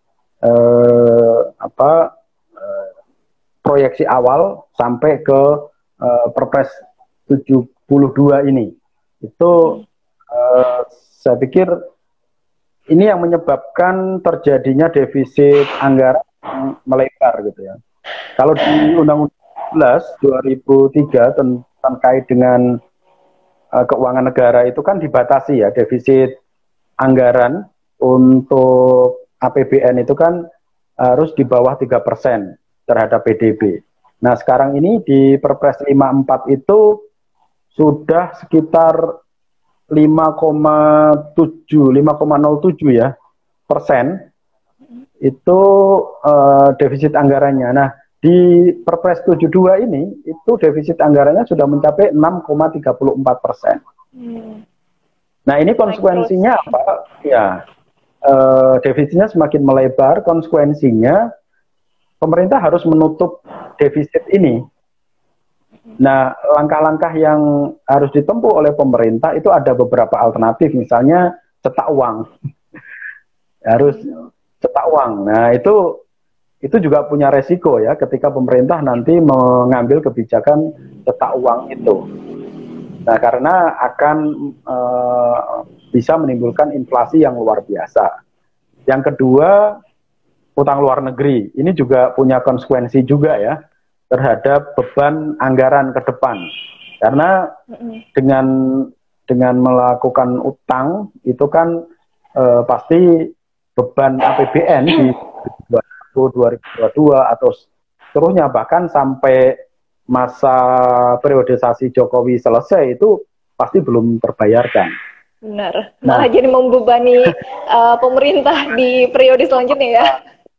Speaker 2: uh, apa uh, proyeksi awal sampai ke uh, Perpres tujuh puluh dua ini. Itu uh, saya pikir ini yang menyebabkan terjadinya defisit anggaran yang melebar gitu ya. Kalau di Undang-Undang sebelas dua ribu tiga terkait dengan uh, keuangan negara itu kan dibatasi ya, defisit anggaran untuk A P B N itu kan harus di bawah tiga persen terhadap P D B. Nah, sekarang ini di Perpres lima puluh empat itu sudah sekitar lima koma tujuh, lima koma nol tujuh ya persen itu uh, defisit anggarannya. Nah, di Perpres tujuh puluh dua ini itu defisit anggarannya sudah mencapai enam koma tiga empat persen. Hmm. Nah, ini konsekuensinya apa? Ya, uh, defisitnya semakin melebar. Konsekuensinya pemerintah harus menutup defisit ini. Nah, langkah-langkah yang harus ditempuh oleh pemerintah itu ada beberapa alternatif, misalnya cetak uang. Harus cetak uang. Nah, itu itu juga punya resiko ya ketika pemerintah nanti mengambil kebijakan cetak uang itu. Nah, karena akan e, bisa menimbulkan inflasi yang luar biasa. Yang kedua, utang luar negeri. Ini juga punya konsekuensi juga ya terhadap beban anggaran ke depan, karena dengan dengan melakukan utang itu kan eh, pasti beban A P B N di dua ribu dua puluh dua atau seterusnya bahkan sampai masa periodisasi Jokowi selesai itu pasti belum terbayarkan.
Speaker 1: Benar, malah nah, jadi membebani uh, pemerintah di periode selanjutnya ya.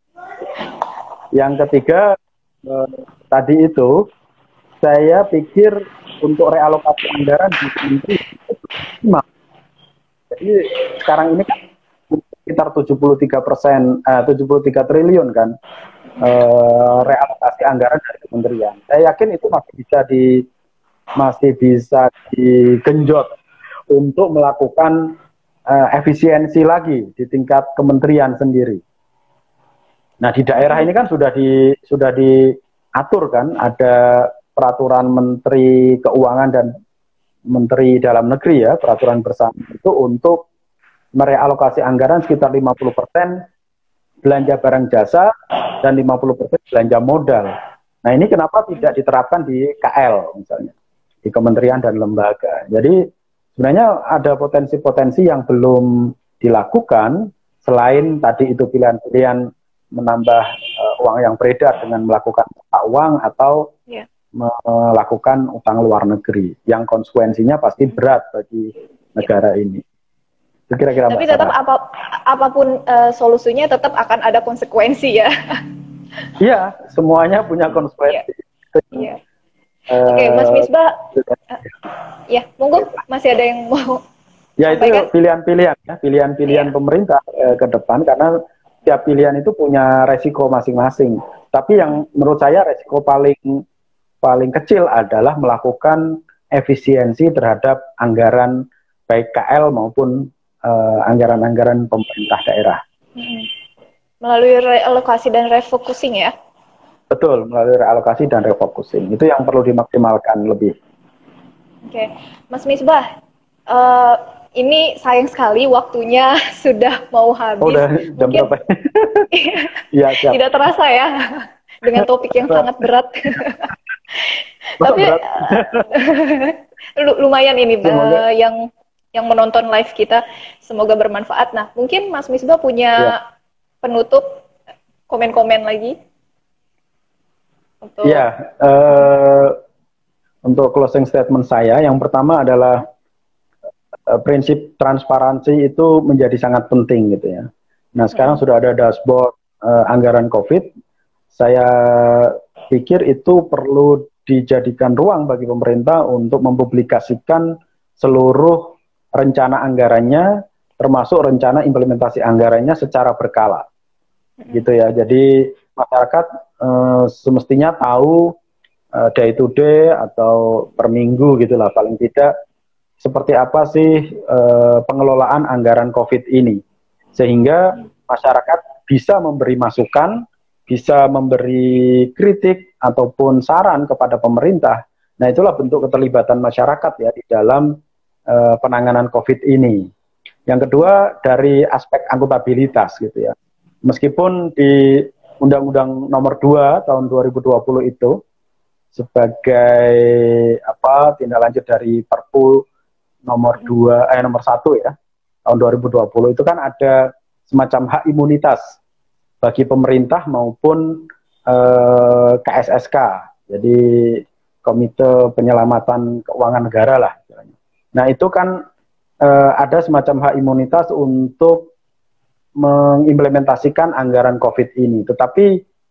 Speaker 2: Yang ketiga eh, tadi itu, saya pikir untuk realokasi anggaran di menteri itu jadi sekarang ini kan sekitar tujuh puluh tiga persen, eh, tujuh puluh tiga triliun kan eh, realokasi anggaran dari kementerian. Saya yakin itu masih bisa di masih bisa digenjot untuk melakukan eh, efisiensi lagi di tingkat kementerian sendiri. Nah, di daerah ini kan sudah di sudah diatur kan, ada peraturan Menteri Keuangan dan Menteri Dalam Negeri ya, peraturan bersama itu untuk merealokasi anggaran sekitar lima puluh persen belanja barang jasa dan lima puluh persen belanja modal. Nah, ini kenapa tidak diterapkan di K L misalnya, di kementerian dan lembaga. Jadi sebenarnya ada potensi-potensi yang belum dilakukan selain tadi itu pilihan-pilihan menambah uh, uang yang beredar dengan melakukan uang atau yeah. melakukan utang luar negeri yang konsekuensinya pasti berat bagi negara yeah. ini. Kira-kira
Speaker 1: Tapi tetap apa, apapun uh, solusinya tetap akan ada konsekuensi ya.
Speaker 2: Iya, semuanya punya konsekuensi.
Speaker 1: Iya. Yeah. Uh, Oke, okay, Mas Misbah. Uh, ya, monggo masih ada yang mau.
Speaker 2: Ya itu pilihan-pilihan ya, pilihan-pilihan yeah. pemerintah uh, ke depan karena setiap pilihan itu punya resiko masing-masing. Tapi yang menurut saya resiko paling paling kecil adalah melakukan efisiensi terhadap anggaran baik K L maupun anggaran-anggaran uh, pemerintah daerah.
Speaker 1: Hmm. Melalui realokasi dan refocusing ya?
Speaker 2: Betul, melalui realokasi dan refocusing. Itu yang perlu dimaksimalkan lebih.
Speaker 1: Oke, okay. Mas Misbah, uh, ini sayang sekali waktunya sudah mau habis.
Speaker 2: Oh, udah jam
Speaker 1: Mungkin
Speaker 2: berapa? Iya, siap.
Speaker 1: tidak terasa ya dengan topik yang sangat berat.
Speaker 2: Masa
Speaker 1: Tapi
Speaker 2: berat?
Speaker 1: lu- lumayan ini
Speaker 2: Semoga.
Speaker 1: uh, yang yang menonton live kita, semoga bermanfaat. Nah, mungkin Mas Misbah punya
Speaker 2: Ya.
Speaker 1: penutup, komen-komen lagi untuk
Speaker 2: Iya, eh, untuk closing statement saya, yang pertama adalah eh, prinsip transparansi itu menjadi sangat penting gitu ya. Nah, sekarang
Speaker 1: Hmm.
Speaker 2: sudah ada dashboard eh, anggaran COVID. Saya pikir itu perlu dijadikan ruang bagi pemerintah untuk mempublikasikan seluruh rencana anggarannya, termasuk rencana implementasi anggarannya secara berkala, gitu ya. Jadi masyarakat eh, semestinya tahu eh, day to day atau per minggu gitulah paling tidak seperti apa sih eh, pengelolaan anggaran COVID ini, sehingga masyarakat bisa memberi masukan, bisa memberi kritik ataupun saran kepada pemerintah. Nah, itulah bentuk keterlibatan masyarakat ya di dalam eh, penanganan COVID ini. Yang kedua dari aspek akuntabilitas gitu ya. Meskipun di Undang-Undang Nomor dua tahun dua ribu dua puluh itu sebagai apa tindak lanjut dari Perpu nomor dua eh nomor satu ya tahun dua ribu dua puluh itu kan ada semacam hak imunitas bagi pemerintah maupun eh, K S S K, jadi Komite Penyelamatan Keuangan Negara lah. Nah, itu kan eh, ada semacam hak imunitas untuk mengimplementasikan anggaran COVID ini. Tetapi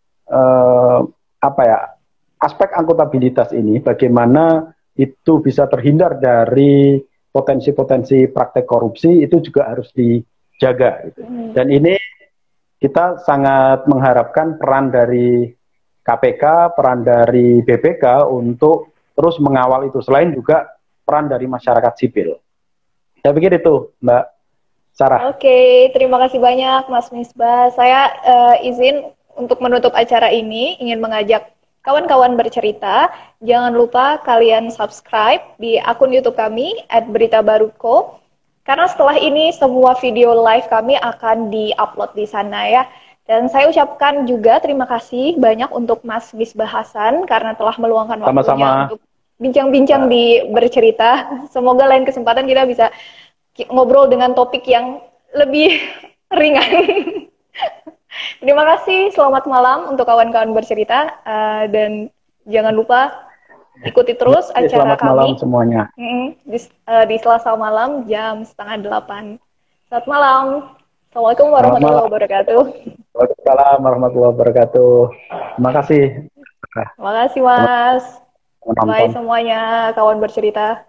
Speaker 2: eh, apa ya, aspek akuntabilitas ini bagaimana itu bisa terhindar dari potensi-potensi praktek korupsi itu juga harus dijaga. Gitu. Dan ini kita sangat mengharapkan peran dari K P K, peran dari B P K untuk terus mengawal itu. Selain juga peran dari masyarakat sipil. Saya pikir itu, Mbak Sarah.
Speaker 1: Oke, terima kasih banyak Mas Misbah. Saya uh, izin untuk menutup acara ini, ingin mengajak kawan-kawan bercerita. Jangan lupa kalian subscribe di akun YouTube kami at berita baruko. Karena setelah ini semua video live kami akan di-upload di sana ya. Dan saya ucapkan juga terima kasih banyak untuk Mas Misbah Hasan karena telah meluangkan waktunya
Speaker 2: Sama-sama
Speaker 1: untuk bincang-bincang di bercerita. Semoga lain kesempatan kita bisa ngobrol dengan topik yang lebih ringan. Terima kasih, selamat malam untuk kawan-kawan bercerita, uh, dan jangan lupa ikuti terus
Speaker 2: Selamat
Speaker 1: acara
Speaker 2: malam
Speaker 1: kami
Speaker 2: semuanya.
Speaker 1: mm, di, uh, di Selasa malam jam setengah delapan. Selamat malam. Assalamualaikum warahmatullahi wabarakatuh.
Speaker 2: Waalaikumsalam warahmatullahi wabarakatuh. Terima kasih.
Speaker 1: Terima kasih Mas.
Speaker 2: Menonton.
Speaker 1: Bye semuanya, kawan bercerita.